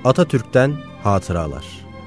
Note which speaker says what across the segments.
Speaker 1: Atatürk'ten hatıralar.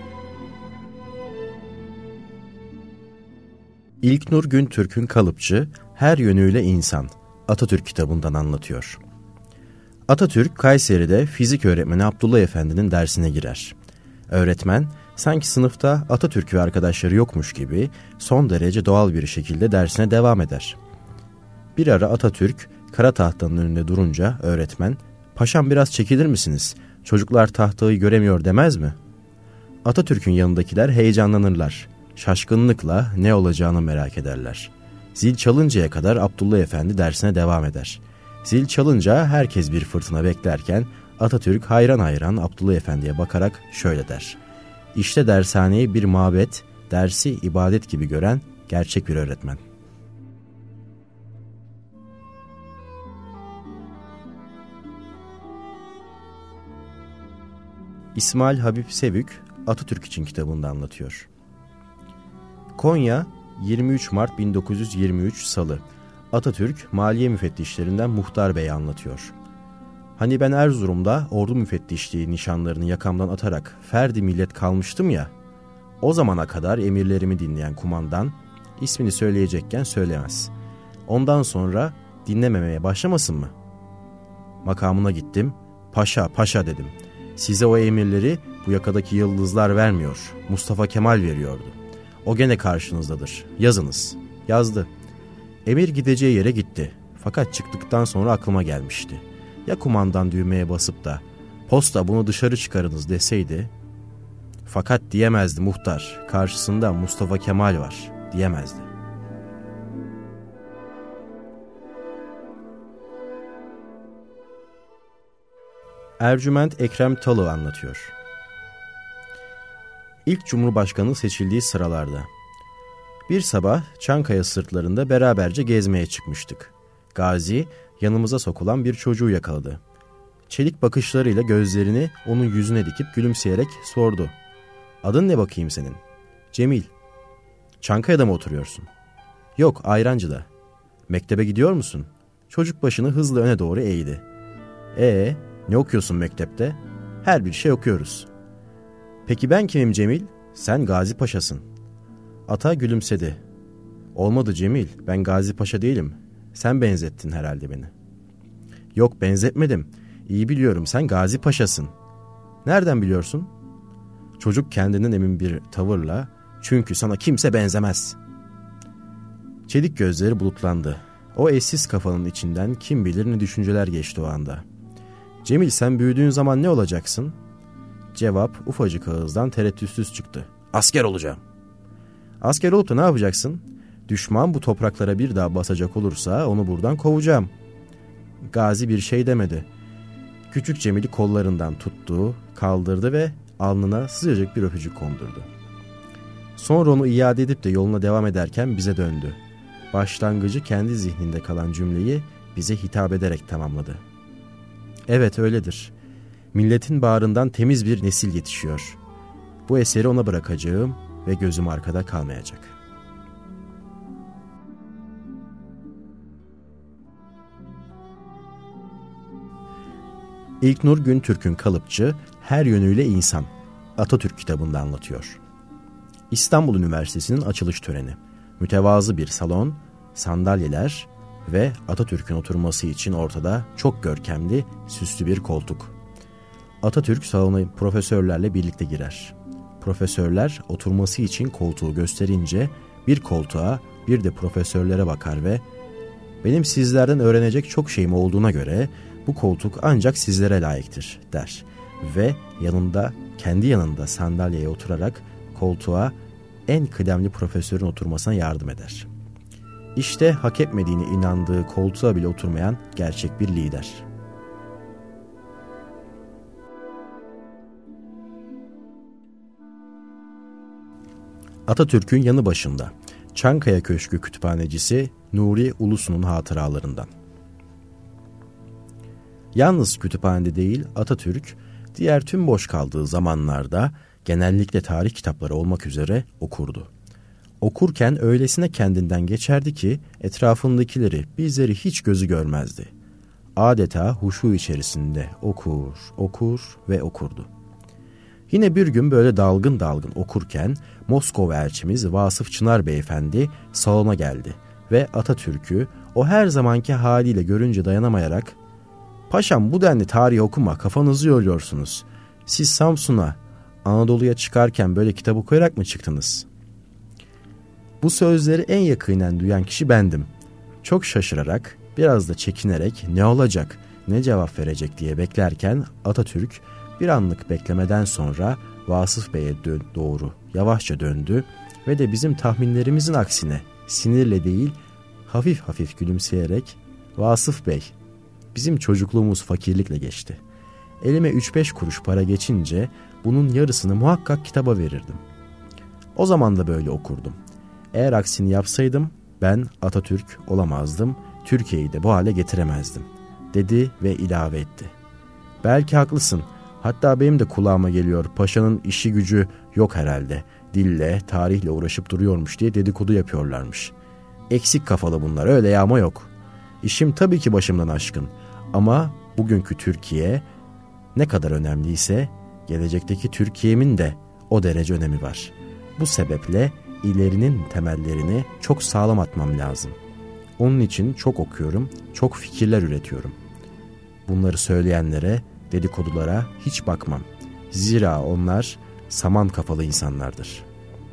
Speaker 1: İlknur Güntürk'ün Kalıpçı, Her Yönüyle İnsan, Atatürk kitabından anlatıyor. Atatürk, Kayseri'de fizik öğretmeni Abdullah Efendi'nin dersine girer. Öğretmen, sanki sınıfta Atatürk ve arkadaşları yokmuş gibi son derece doğal bir şekilde dersine devam eder. Bir ara Atatürk, kara tahtanın önünde durunca öğretmen, "Paşam biraz çekilir misiniz? Çocuklar tahtayı göremiyor" demez mi? Atatürk'ün yanındakiler heyecanlanırlar. Şaşkınlıkla ne olacağını merak ederler. Zil çalıncaya kadar Abdullah Efendi dersine devam eder. Zil çalınca herkes bir fırtına beklerken Atatürk hayran hayran Abdullah Efendi'ye bakarak şöyle der: "İşte dershaneyi bir mabet, dersi ibadet gibi gören gerçek bir öğretmen." İsmail Habib Sevük, Atatürk için kitabında anlatıyor. Konya, 23 Mart 1923 Salı. Atatürk, Maliye Müfettişlerinden Muhtar Bey'e anlatıyor. "Hani ben Erzurum'da ordu müfettişliği nişanlarını yakamdan atarak ferdi millet kalmıştım ya, o zamana kadar emirlerimi dinleyen kumandan ismini söyleyecekken söylemez. Ondan sonra dinlememeye başlamasın mı? Makamına gittim, paşa paşa dedim. Size o emirleri bu yakadaki yıldızlar vermiyor, Mustafa Kemal veriyordu. O gene karşınızdadır, yazınız." Yazdı. Emir gideceği yere gitti. Fakat çıktıktan sonra aklıma gelmişti. Ya kumandan düğmeye basıp da "Posta bunu dışarı çıkarınız" deseydi? Fakat diyemezdi muhtar, karşısında Mustafa Kemal var, diyemezdi. Ercüment Ekrem Talı anlatıyor. İlk Cumhurbaşkanı seçildiği sıralarda. Bir sabah Çankaya sırtlarında beraberce gezmeye çıkmıştık. Gazi yanımıza sokulan bir çocuğu yakaladı. Çelik bakışlarıyla gözlerini onun yüzüne dikip gülümseyerek sordu: "Adın ne bakayım senin?" "Cemil." "Çankaya'da mı oturuyorsun?" "Yok, Ayrancı'da." "Mektebe gidiyor musun?" Çocuk başını hızla öne doğru eğdi. Ne okuyorsun mektepte?" "Her bir şey okuyoruz." "Peki ben kimim Cemil?" "Sen Gazi Paşa'sın." Ata gülümsedi. "Olmadı Cemil, ben Gazi Paşa değilim. Sen benzettin herhalde beni." "Yok, benzetmedim. İyi biliyorum, sen Gazi Paşa'sın." "Nereden biliyorsun?" Çocuk kendinden emin bir tavırla, "Çünkü sana kimse benzemez." Çelik gözleri bulutlandı. O eşsiz kafanın içinden kim bilir ne düşünceler geçti o anda. "Cemil, sen büyüdüğün zaman ne olacaksın?" Cevap ufacık ağızdan tereddütsüz çıktı. "Asker olacağım." "Asker olup da ne yapacaksın?" "Düşman bu topraklara bir daha basacak olursa onu buradan kovacağım." Gazi bir şey demedi. Küçük Cemil'i kollarından tuttu, kaldırdı ve alnına sıcacık bir öpücük kondurdu. Sonra onu iade edip de yoluna devam ederken bize döndü. Başlangıcı kendi zihninde kalan cümleyi bize hitap ederek tamamladı. "Evet, öyledir. Milletin bağrından temiz bir nesil yetişiyor. Bu eseri ona bırakacağım ve gözüm arkada kalmayacak." İlknur Güntürk'ün Kalıpçı, Her Yönüyle İnsan, Atatürk kitabında anlatıyor. İstanbul Üniversitesi'nin açılış töreni. Mütevazı bir salon, sandalyeler ve Atatürk'ün oturması için ortada çok görkemli, süslü bir koltuk. Atatürk salona profesörlerle birlikte girer. Profesörler oturması için koltuğu gösterince bir koltuğa bir de profesörlere bakar ve "Benim sizlerden öğrenecek çok şeyim olduğuna göre bu koltuk ancak sizlere layıktır" der. Ve kendi yanında sandalyeye oturarak koltuğa en kıdemli profesörün oturmasına yardım eder. İşte hak etmediğine inandığı koltuğa bile oturmayan gerçek bir lider. Atatürk'ün yanı başında Çankaya Köşkü kütüphanecisi Nuri Ulusu'nun hatıralarından. Yalnız kütüphanede değil, Atatürk diğer tüm boş kaldığı zamanlarda genellikle tarih kitapları olmak üzere okurdu. Okurken öylesine kendinden geçerdi ki etrafındakileri, bizleri hiç gözü görmezdi. Adeta huşu içerisinde okur ve okurdu. Yine bir gün böyle dalgın dalgın okurken Moskova elçimiz Vasıf Çınar Beyefendi salona geldi ve Atatürk'ü o her zamanki haliyle görünce dayanamayarak "Paşam, bu denli tarih okuma, kafanızı yoruyorsunuz. Siz Samsun'a, Anadolu'ya çıkarken böyle kitap okuyarak mı çıktınız?" Bu sözleri en yakinen duyan kişi bendim. Çok şaşırarak, biraz da çekinerek ne olacak, ne cevap verecek diye beklerken Atatürk bir anlık beklemeden sonra Vasıf Bey'e doğru yavaşça döndü ve de bizim tahminlerimizin aksine sinirle değil hafif hafif gülümseyerek "Vasıf Bey, bizim çocukluğumuz fakirlikle geçti. Elime 3-5 kuruş para geçince bunun yarısını muhakkak kitaba verirdim. O zaman da böyle okurdum. Eğer aksini yapsaydım ben Atatürk olamazdım, Türkiye'yi de bu hale getiremezdim," dedi ve ilave etti. "Belki haklısın. Hatta benim de kulağıma geliyor, paşanın işi gücü yok herhalde. Dille, tarihle uğraşıp duruyormuş diye dedikodu yapıyorlarmış. Eksik kafalı bunlar, öyle yağma yok. İşim tabii ki başımdan aşkın. Ama bugünkü Türkiye ne kadar önemliyse gelecekteki Türkiye'min de o derece önemi var. Bu sebeple ilerinin temellerini çok sağlam atmam lazım. Onun için çok okuyorum, çok fikirler üretiyorum. Bunları söyleyenlere, dedikodulara hiç bakmam. Zira onlar saman kafalı insanlardır."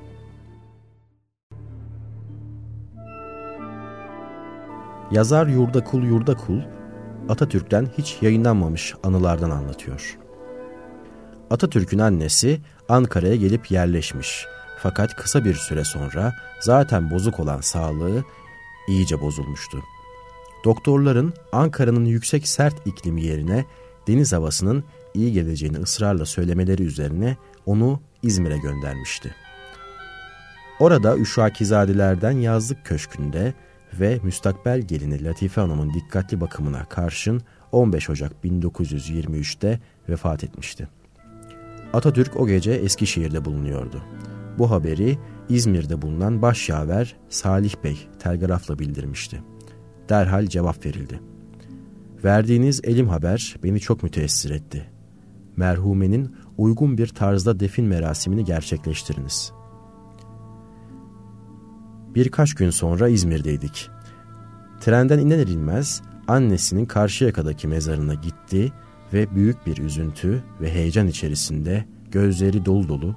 Speaker 1: Yazar Yurdakul Atatürk'ten hiç yayınlanmamış anılardan anlatıyor. Atatürk'ün annesi Ankara'ya gelip yerleşmiş. Fakat kısa bir süre sonra zaten bozuk olan sağlığı iyice bozulmuştu. Doktorların Ankara'nın yüksek sert iklimi yerine deniz havasının iyi geleceğini ısrarla söylemeleri üzerine onu İzmir'e göndermişti. Orada Üşakizadelerden yazlık köşkünde ve müstakbel gelini Latife Hanım'ın dikkatli bakımına karşın 15 Ocak 1923'te vefat etmişti. Atatürk o gece Eskişehir'de bulunuyordu. Bu haberi İzmir'de bulunan başyaver Salih Bey telgrafla bildirmişti. Derhal cevap verildi. "Verdiğiniz elim haber beni çok müteessir etti. Merhumenin uygun bir tarzda defin merasimini gerçekleştiriniz." Birkaç gün sonra İzmir'deydik. Trenden iner inmez annesinin Karşıyaka'daki mezarına gitti ve büyük bir üzüntü ve heyecan içerisinde gözleri dolu dolu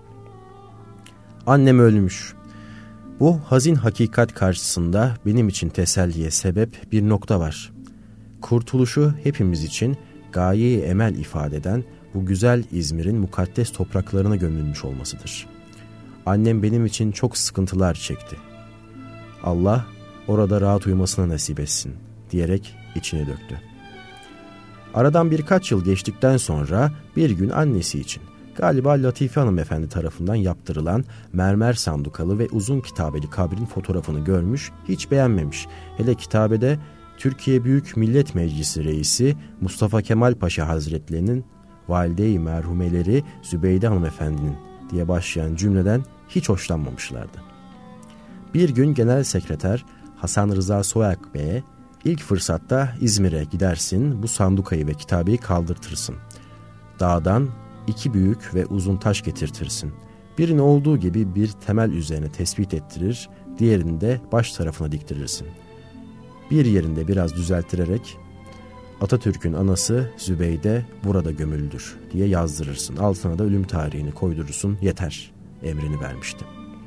Speaker 1: "Annem ölmüş. Bu hazin hakikat karşısında benim için teselliye sebep bir nokta var. Kurtuluşu hepimiz için gaye-i emel ifade eden bu güzel İzmir'in mukaddes topraklarına gömülmüş olmasıdır. Annem benim için çok sıkıntılar çekti. Allah orada rahat uyumasına nasip etsin," diyerek içine döktü. Aradan birkaç yıl geçtikten sonra bir gün annesi için galiba Latife Hanımefendi tarafından yaptırılan mermer sandukalı ve uzun kitabeli kabrin fotoğrafını görmüş, hiç beğenmemiş. Hele kitabede Türkiye Büyük Millet Meclisi Reisi Mustafa Kemal Paşa Hazretlerinin valide-i merhumeleri Zübeyde Hanımefendinin diye başlayan cümleden hiç hoşlanmamışlardı. Bir gün Genel Sekreter Hasan Rıza Soyak Bey'e "İlk fırsatta İzmir'e gidersin, bu sandukayı ve kitabı kaldırtırsın. Dağdan 2 büyük ve uzun taş getirtirsin. Birini olduğu gibi bir temel üzerine tespit ettirir, diğerini de baş tarafına diktirirsin. Bir yerinde biraz düzelttirerek Atatürk'ün anası Zübeyde burada gömüldür diye yazdırırsın. Altına da ölüm tarihini koydurursun, yeter," emrini vermişti.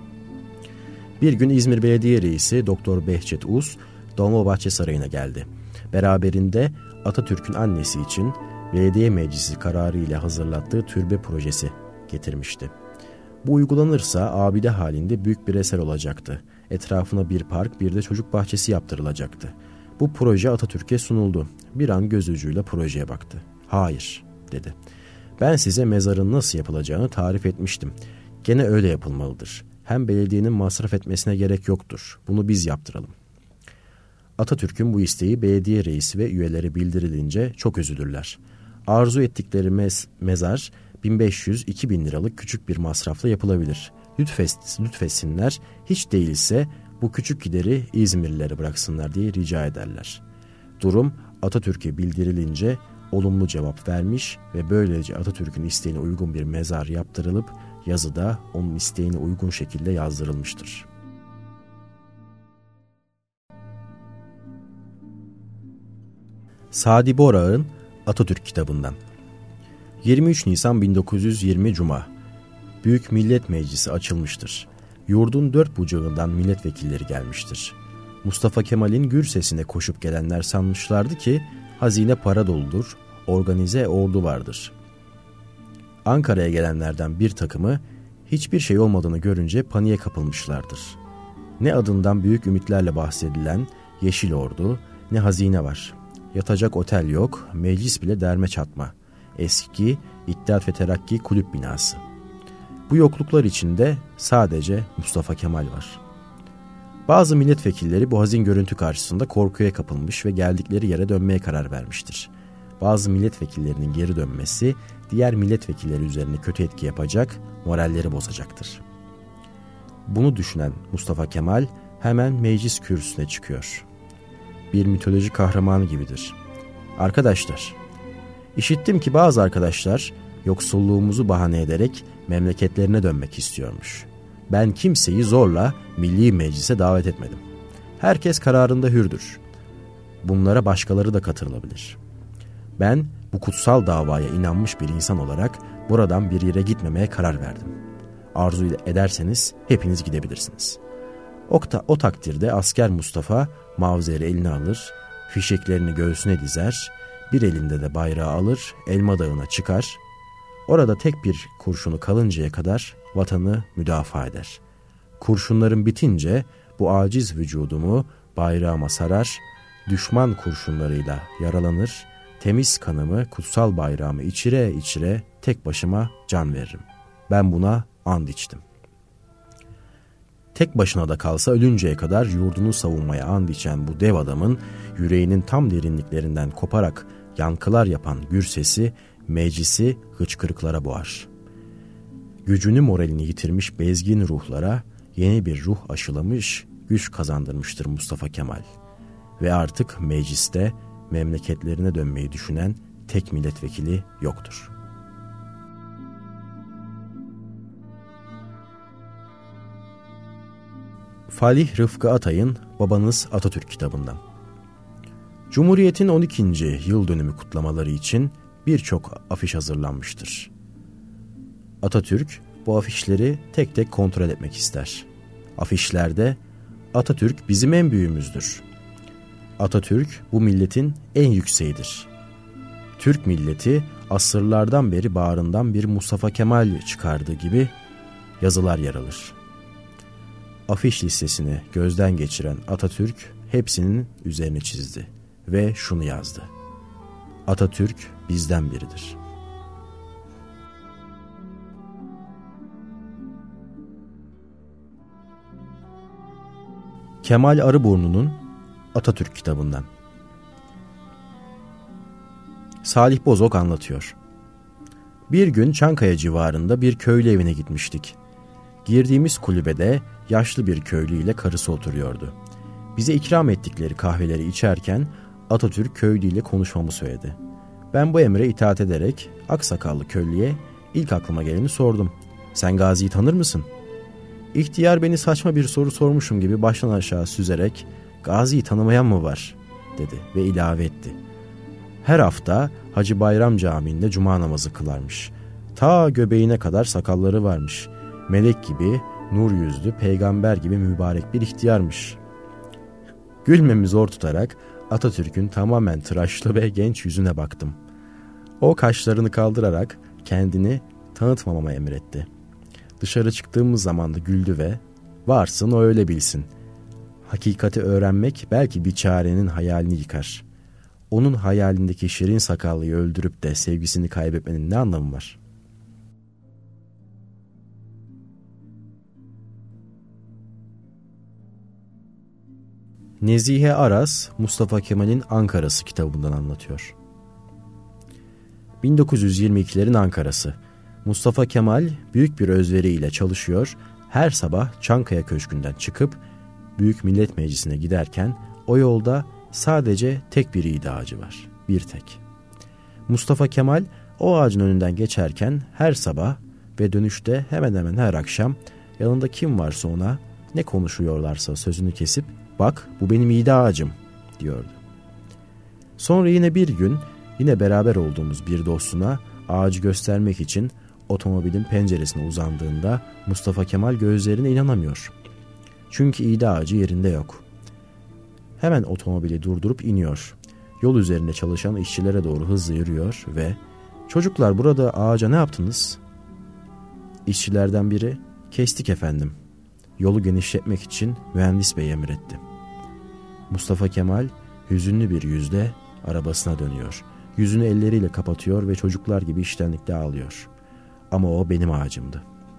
Speaker 1: Bir gün İzmir Belediye Reisi Doktor Behçet Uz Dolmabahçe Sarayı'na geldi. Beraberinde Atatürk'ün annesi için belediye meclisi kararı ile hazırlattığı türbe projesi getirmişti. Bu uygulanırsa abide halinde büyük bir eser olacaktı. Etrafına bir park, bir de çocuk bahçesi yaptırılacaktı. Bu proje Atatürk'e sunuldu. Bir an göz ucuyla projeye baktı. "Hayır," dedi. "Ben size mezarın nasıl yapılacağını tarif etmiştim. Gene öyle yapılmalıdır. Hem belediyenin masraf etmesine gerek yoktur. Bunu biz yaptıralım." Atatürk'ün bu isteği belediye reisi ve üyeleri bildirilince çok üzülürler. Arzu ettikleri mezar 1500-2000 liralık küçük bir masrafla yapılabilir. Lütfetsinler, hiç değilse bu küçük gideri İzmirlilere bıraksınlar diye rica ederler. Durum Atatürk'e bildirilince olumlu cevap vermiş ve böylece Atatürk'ün isteğine uygun bir mezar yaptırılıp yazıda onun isteğine uygun şekilde yazdırılmıştır. Sadi Borak'ın Atatürk kitabından 23 Nisan 1920 Cuma Büyük Millet Meclisi açılmıştır. Yurdun dört bucağından milletvekilleri gelmiştir. Mustafa Kemal'in gür sesine koşup gelenler sanmışlardı ki hazine para doludur, organize ordu vardır. Ankara'ya gelenlerden bir takımı hiçbir şey olmadığını görünce paniğe kapılmışlardır. Ne adından büyük ümitlerle bahsedilen Yeşil Ordu, ne hazine var. Yatacak otel yok, meclis bile derme çatma. Eski İttihat ve Terakki kulüp binası. Bu yokluklar içinde sadece Mustafa Kemal var. Bazı milletvekilleri bu hazin görüntü karşısında korkuya kapılmış ve geldikleri yere dönmeye karar vermiştir. Bazı milletvekillerinin geri dönmesi diğer milletvekilleri üzerine kötü etki yapacak, moralleri bozacaktır. Bunu düşünen Mustafa Kemal hemen meclis kürsüsüne çıkıyor. Bir mitoloji kahramanı gibidir. Arkadaşlar, işittim ki bazı arkadaşlar yoksulluğumuzu bahane ederek memleketlerine dönmek istiyormuş. Ben kimseyi zorla Milli Meclis'e davet etmedim. Herkes kararında hürdür. Bunlara başkaları da katılabilir. Ben bu kutsal davaya inanmış bir insan olarak buradan bir yere gitmemeye karar verdim. Arzu ederseniz hepiniz gidebilirsiniz. O takdirde asker Mustafa mavzeri eline alır, fişeklerini göğsüne dizer, bir elinde de bayrağı alır, Elma Dağı'na çıkar. Orada tek bir kurşunu kalıncaya kadar vatanı müdafaa eder. Kurşunların bitince bu aciz vücudumu bayrağıma sarar, düşman kurşunlarıyla yaralanır, temiz kanımı kutsal bayrağımı içire içire tek başıma can veririm. Ben buna and içtim. Tek başına da kalsa ölünceye kadar yurdunu savunmaya and içen bu dev adamın yüreğinin tam derinliklerinden koparak yankılar yapan gür sesi meclisi hıçkırıklara boğar. Gücünü moralini yitirmiş bezgin ruhlara yeni bir ruh aşılamış, güç kazandırmıştır Mustafa Kemal. Ve artık mecliste memleketlerine dönmeyi düşünen tek milletvekili yoktur. Falih Rıfkı Atay'ın Babanız Atatürk kitabından. Cumhuriyet'in 12. yıl dönümü kutlamaları için birçok afiş hazırlanmıştır. Atatürk bu afişleri tek tek kontrol etmek ister. Afişlerde Atatürk bizim en büyüğümüzdür. Atatürk bu milletin en yükseğidir. Türk milleti asırlardan beri bağrından bir Mustafa Kemal çıkardığı gibi yazılar yer alır. Afiş listesini gözden geçiren Atatürk hepsinin üzerine çizdi ve şunu yazdı: Atatürk bizden biridir. Kemal Arıburnu'nun Atatürk kitabından. Salih Bozok anlatıyor. Bir gün Çankaya civarında bir köylü evine gitmiştik. Girdiğimiz kulübede yaşlı bir köylü ile karısı oturuyordu. Bize ikram ettikleri kahveleri içerken Atatürk köylü ile konuşmamı söyledi. Ben bu emre itaat ederek aksakallı köylüye ilk aklıma geleni sordum. Sen Gazi'yi tanır mısın? İhtiyar beni saçma bir soru sormuşum gibi baştan aşağı süzerek Gazi'yi tanımayan mı var dedi ve ilave etti. Her hafta Hacı Bayram Camii'nde cuma namazı kılarmış. Ta göbeğine kadar sakalları varmış. Melek gibi, nur yüzlü, peygamber gibi mübarek bir ihtiyarmış. Gülmemi zor tutarak Atatürk'ün tamamen tıraşlı ve genç yüzüne baktım. O kaşlarını kaldırarak kendini tanıtmamama emretti. Dışarı çıktığımız zaman da güldü ve varsın o öyle bilsin. Hakikati öğrenmek belki bir çarenin hayalini yıkar. Onun hayalindeki şirin sakallıyı öldürüp de sevgisini kaybetmenin ne anlamı var? Nezihe Aras, Mustafa Kemal'in Ankara'sı kitabından anlatıyor. 1922'lerin Ankara'sı. Mustafa Kemal büyük bir özveriyle çalışıyor, her sabah Çankaya Köşkü'nden çıkıp Büyük Millet Meclisi'ne giderken o yolda sadece tek bir iğde ağacı var, bir tek. Mustafa Kemal o ağacın önünden geçerken her sabah ve dönüşte hemen hemen her akşam yanında kim varsa ona ne konuşuyorlarsa sözünü kesip "Bak, bu benim iğde ağacım" diyordu. Sonra yine bir gün yine beraber olduğumuz bir dostuna ağacı göstermek için otomobilin penceresine uzandığında Mustafa Kemal gözlerine inanamıyor. Çünkü iğde ağacı yerinde yok. Hemen otomobili durdurup iniyor. Yol üzerinde çalışan işçilere doğru hızlı yürüyor ve "Çocuklar, burada ağaca ne yaptınız?" İşçilerden biri "Kestik efendim. Yolu genişletmek için mühendis bey emretti." Mustafa Kemal hüzünlü bir yüzle arabasına dönüyor. Yüzünü elleriyle kapatıyor ve çocuklar gibi içtenlikle ağlıyor. Ama o benim ağacımdı.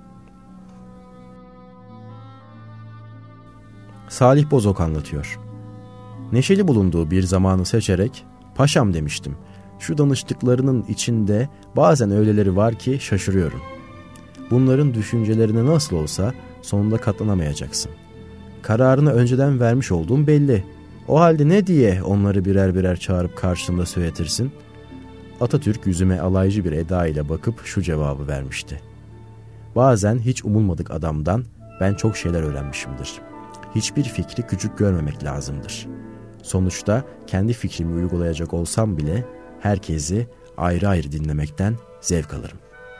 Speaker 1: Salih Bozok anlatıyor. Neşeli bulunduğu bir zamanı seçerek "Paşam" demiştim. "Şu danıştıklarının içinde bazen öyleleri var ki şaşırıyorum. Bunların düşüncelerine nasıl olsa sonunda katlanamayacaksın. Kararını önceden vermiş olduğum belli. O halde ne diye onları birer birer çağırıp karşında söyletirsin?" Atatürk yüzüme alaycı bir eda ile bakıp şu cevabı vermişti: "Bazen hiç umulmadık adamdan ben çok şeyler öğrenmişimdir. Hiçbir fikri küçük görmemek lazımdır. Sonuçta kendi fikrimi uygulayacak olsam bile herkesi ayrı ayrı dinlemekten zevk alırım."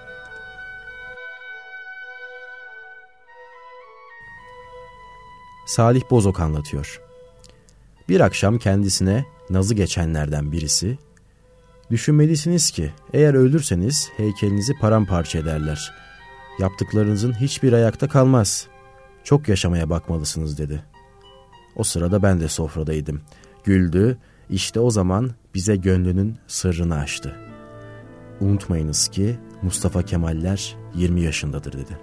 Speaker 1: Salih Bozok anlatıyor. Bir akşam kendisine nazı geçenlerden birisi "Düşünmelisiniz ki eğer öldürseniz heykelinizi paramparça ederler. Yaptıklarınızın hiçbir ayakta kalmaz. Çok yaşamaya bakmalısınız" dedi. O sırada ben de sofradaydım. Güldü, işte o zaman bize gönlünün sırrını açtı. "Unutmayınız ki Mustafa Kemaller 20 yaşındadır" dedi.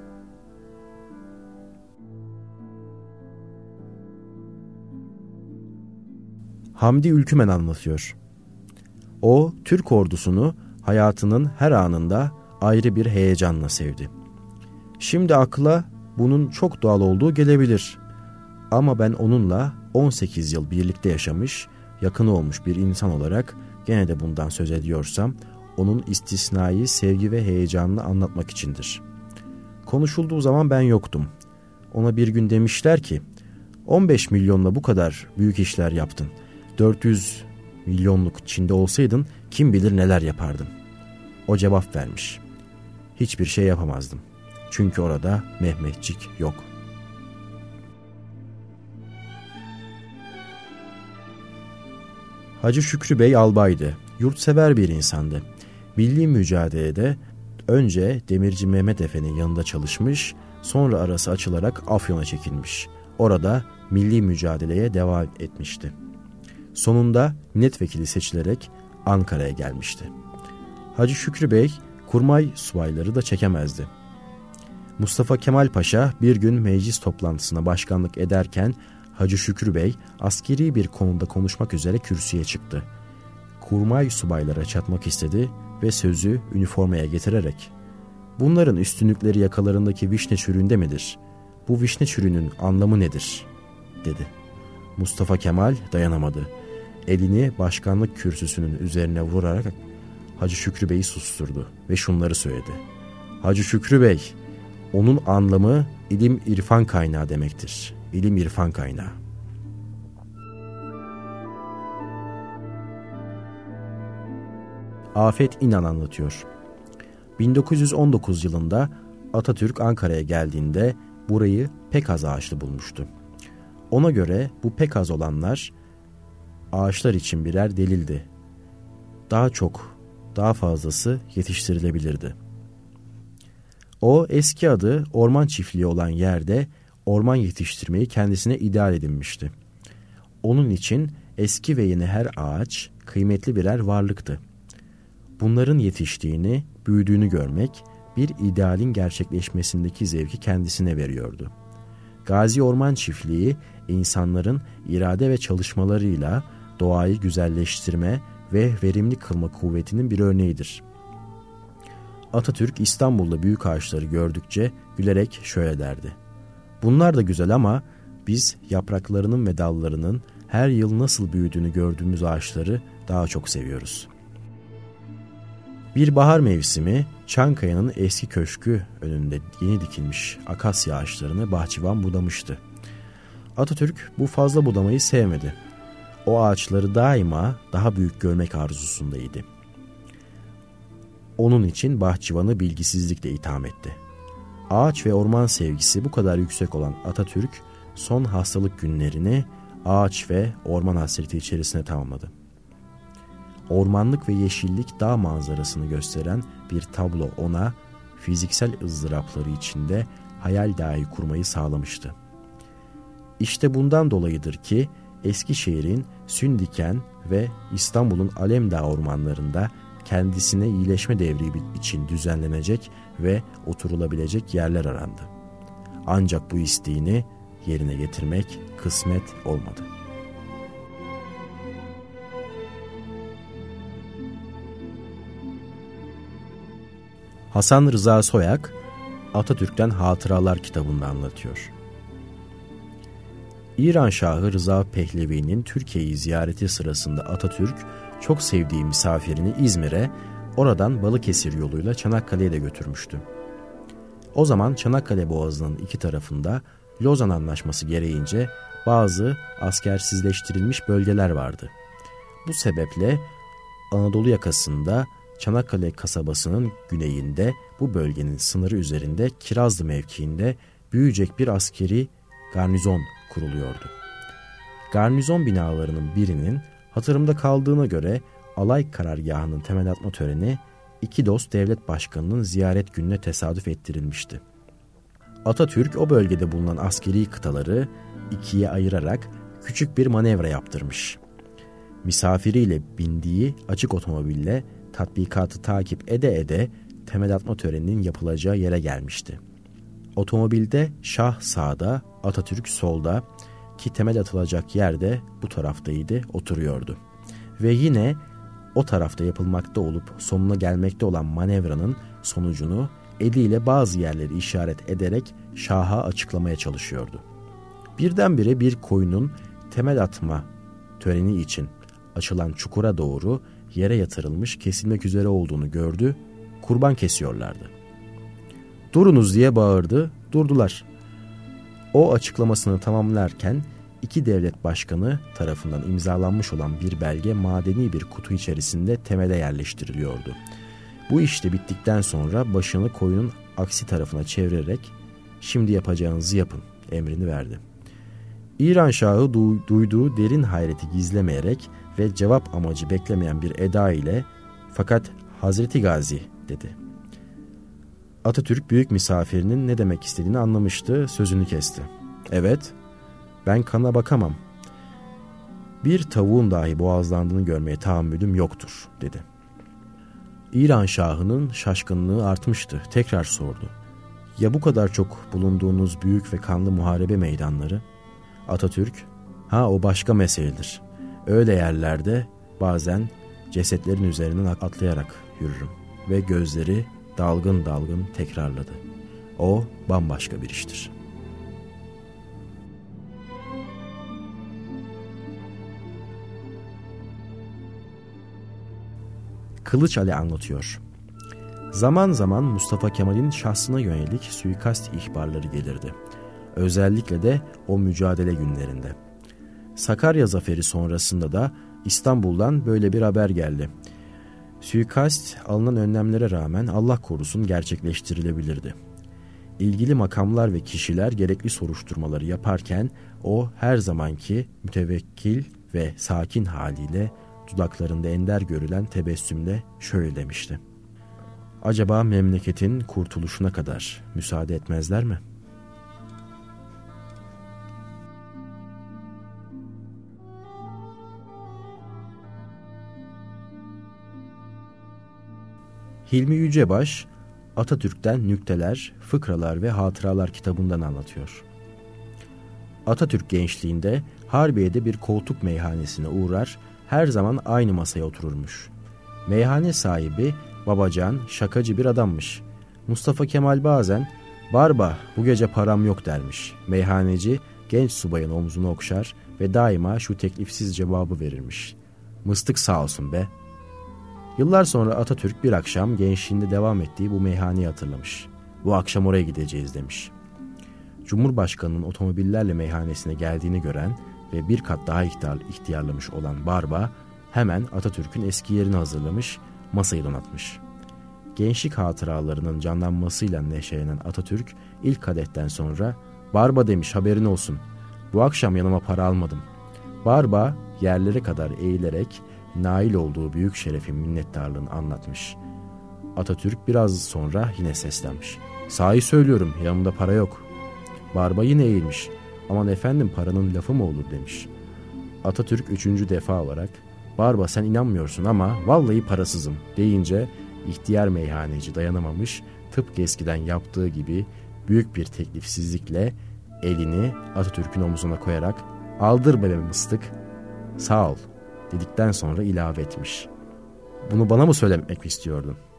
Speaker 1: Hamdi Ülkümen anlatıyor. O, Türk ordusunu hayatının her anında ayrı bir heyecanla sevdi. Şimdi akla bunun çok doğal olduğu gelebilir. Ama ben onunla 18 yıl birlikte yaşamış, yakın olmuş bir insan olarak gene de bundan söz ediyorsam, onun istisnai sevgi ve heyecanını anlatmak içindir. Konuşulduğu zaman ben yoktum. Ona bir gün demişler ki, 15 milyonla bu kadar büyük işler yaptın. 400 milyonluk Çin'de olsaydın kim bilir neler yapardın. O cevap vermiş: hiçbir şey yapamazdım. Çünkü orada Mehmetçik yok. Hacı Şükrü Bey albaydı. Yurtsever bir insandı. Milli mücadelede önce Demirci Mehmet Efe'nin yanında çalışmış, sonra arası açılarak Afyon'a çekilmiş. Orada milli mücadeleye devam etmişti. Sonunda milletvekili seçilerek Ankara'ya gelmişti. Hacı Şükrü Bey kurmay subayları da çekemezdi. Mustafa Kemal Paşa bir gün meclis toplantısına başkanlık ederken Hacı Şükrü Bey askeri bir konuda konuşmak üzere kürsüye çıktı. Kurmay subaylara çatmak istedi ve sözü üniformaya getirerek "Bunların üstünlükleri yakalarındaki vişne çürüğünde midir? Bu vişne çürüğünün anlamı nedir?" dedi. Mustafa Kemal dayanamadı. Elini başkanlık kürsüsünün üzerine vurarak Hacı Şükrü Bey'i susturdu ve şunları söyledi. "Hacı Şükrü Bey, onun anlamı ilim irfan kaynağı demektir. İlim irfan kaynağı." Afet İnan anlatıyor. 1919 yılında Atatürk Ankara'ya geldiğinde burayı pek az ağaçlı bulmuştu. Ona göre bu pek az olanlar ağaçlar için birer delildi. Daha çok, daha fazlası yetiştirilebilirdi. O eski adı orman çiftliği olan yerde orman yetiştirmeyi kendisine ideal edinmişti. Onun için eski ve yeni her ağaç kıymetli birer varlıktı. Bunların yetiştiğini, büyüdüğünü görmek bir idealin gerçekleşmesindeki zevki kendisine veriyordu. Gazi Orman Çiftliği insanların irade ve çalışmalarıyla doğayı güzelleştirme ve verimli kılma kuvvetinin bir örneğidir. Atatürk İstanbul'da büyük ağaçları gördükçe gülerek şöyle derdi: "Bunlar da güzel ama biz yapraklarının ve dallarının her yıl nasıl büyüdüğünü gördüğümüz ağaçları daha çok seviyoruz." Bir bahar mevsimi Çankaya'nın eski köşkü önünde yeni dikilmiş akasya ağaçlarını bahçıvan budamıştı. Atatürk bu fazla budamayı sevmedi. O ağaçları daima daha büyük görmek arzusundaydı. Onun için bahçıvanı bilgisizlikle itham etti. Ağaç ve orman sevgisi bu kadar yüksek olan Atatürk son hastalık günlerini ağaç ve orman hasreti içerisine tamamladı. Ormanlık ve yeşillik dağ manzarasını gösteren bir tablo ona fiziksel ızdırapları içinde hayal dahi kurmayı sağlamıştı. İşte bundan dolayıdır ki Eskişehir'in Sündiken ve İstanbul'un Alemdağ ormanlarında kendisine iyileşme devri için düzenlenecek ve oturulabilecek yerler arandı. Ancak bu isteğini yerine getirmek kısmet olmadı. Hasan Rıza Soyak, Atatürk'ten Hatıralar kitabında anlatıyor. İran Şahı Rıza Pehlevi'nin Türkiye'yi ziyareti sırasında Atatürk, çok sevdiği misafirini İzmir'e, oradan Balıkesir yoluyla Çanakkale'ye de götürmüştü. O zaman Çanakkale Boğazı'nın iki tarafında Lozan Anlaşması gereğince bazı askersizleştirilmiş bölgeler vardı. Bu sebeple Anadolu yakasında Çanakkale kasabasının güneyinde bu bölgenin sınırı üzerinde Kirazlı mevkiinde büyüyecek bir askeri garnizon kuruluyordu. Garnizon binalarının birinin hatırımda kaldığına göre alay karargahının temel atma töreni iki dost devlet başkanının ziyaret gününe tesadüf ettirilmişti. Atatürk o bölgede bulunan askeri kıtaları ikiye ayırarak küçük bir manevra yaptırmış. Misafiriyle bindiği açık otomobille tatbikatı takip ede temel atma töreninin yapılacağı yere gelmişti. Otomobilde Şah sağda, Atatürk solda ki temel atılacak yerde bu taraftaydı, oturuyordu. Ve yine o tarafta yapılmakta olup sonuna gelmekte olan manevranın sonucunu eliyle bazı yerleri işaret ederek Şah'a açıklamaya çalışıyordu. Birdenbire bir koyunun temel atma töreni için açılan çukura doğru yere yatırılmış, kesilmek üzere olduğunu gördü, kurban kesiyorlardı. "Durunuz!" diye bağırdı, durdular. O açıklamasını tamamlarken iki devlet başkanı tarafından imzalanmış olan bir belge madeni bir kutu içerisinde temele yerleştiriliyordu. Bu işte bittikten sonra başını koyunun aksi tarafına çevirerek "Şimdi yapacağınızı yapın" emrini verdi. İran Şahı duyduğu derin hayreti gizlemeyerek ve cevap amacı beklemeyen bir eda ile "Fakat Hazreti Gazi" dedi. Atatürk büyük misafirinin ne demek istediğini anlamıştı, sözünü kesti. "Evet, ben kana bakamam. Bir tavuğun dahi boğazlandığını görmeye tahammülüm yoktur" dedi. İran Şahı'nın şaşkınlığı artmıştı. Tekrar sordu. "Ya bu kadar çok bulunduğunuz büyük ve kanlı muharebe meydanları?" Atatürk, "O başka meseledir. Öyle yerlerde bazen cesetlerin üzerinden atlayarak yürürüm." Ve gözleri dalgın dalgın tekrarladı. "O bambaşka bir iştir." Kılıç Ali anlatıyor. Zaman zaman Mustafa Kemal'in şahsına yönelik suikast ihbarları gelirdi. Özellikle de o mücadele günlerinde. Sakarya zaferi sonrasında da İstanbul'dan böyle bir haber geldi. Suikast alınan önlemlere rağmen Allah korusun gerçekleştirilebilirdi. İlgili makamlar ve kişiler gerekli soruşturmaları yaparken o her zamanki mütevekkil ve sakin haliyle dudaklarında ender görülen tebessümle şöyle demişti: "Acaba memleketin kurtuluşuna kadar müsaade etmezler mi?" Hilmi Yücebaş, Atatürk'ten Nükteler, Fıkralar ve Hatıralar kitabından anlatıyor. Atatürk gençliğinde Harbiye'de bir koltuk meyhanesine uğrar, her zaman aynı masaya otururmuş. Meyhane sahibi babacan, şakacı bir adammış. Mustafa Kemal bazen "Barba, bu gece param yok" dermiş. Meyhaneci genç subayın omzunu okşar ve daima şu teklifsiz cevabı verirmiş: "Mıstık sağ olsun be." Yıllar sonra Atatürk bir akşam gençliğinde devam ettiği bu meyhaneyi hatırlamış. Bu akşam oraya gideceğiz demiş. Cumhurbaşkanının otomobillerle meyhanesine geldiğini gören ve bir kat daha ihtiyarlamış olan Barba hemen Atatürk'ün eski yerini hazırlamış, masayı donatmış. Gençlik hatıralarının canlanmasıyla neşelenen Atatürk ilk kadetten sonra "Barba" demiş, haberin olsun. Bu akşam yanıma para almadım. Barba yerlere kadar eğilerek nail olduğu büyük şerefin minnettarlığını anlatmış. Atatürk biraz sonra yine seslenmiş. Sahi söylüyorum, yanımda para yok. Barba yine eğilmiş. Aman efendim, paranın lafı mı olur demiş. Atatürk 3. defa olarak Barba sen inanmıyorsun ama vallahi parasızım deyince ihtiyar meyhaneci dayanamamış, tıpkı eskiden yaptığı gibi büyük bir teklifsizlikle elini Atatürk'ün omzuna koyarak aldır be mıstık, sağ ol dedikten sonra ilave etmiş. Bunu bana mı söylemek istiyordun?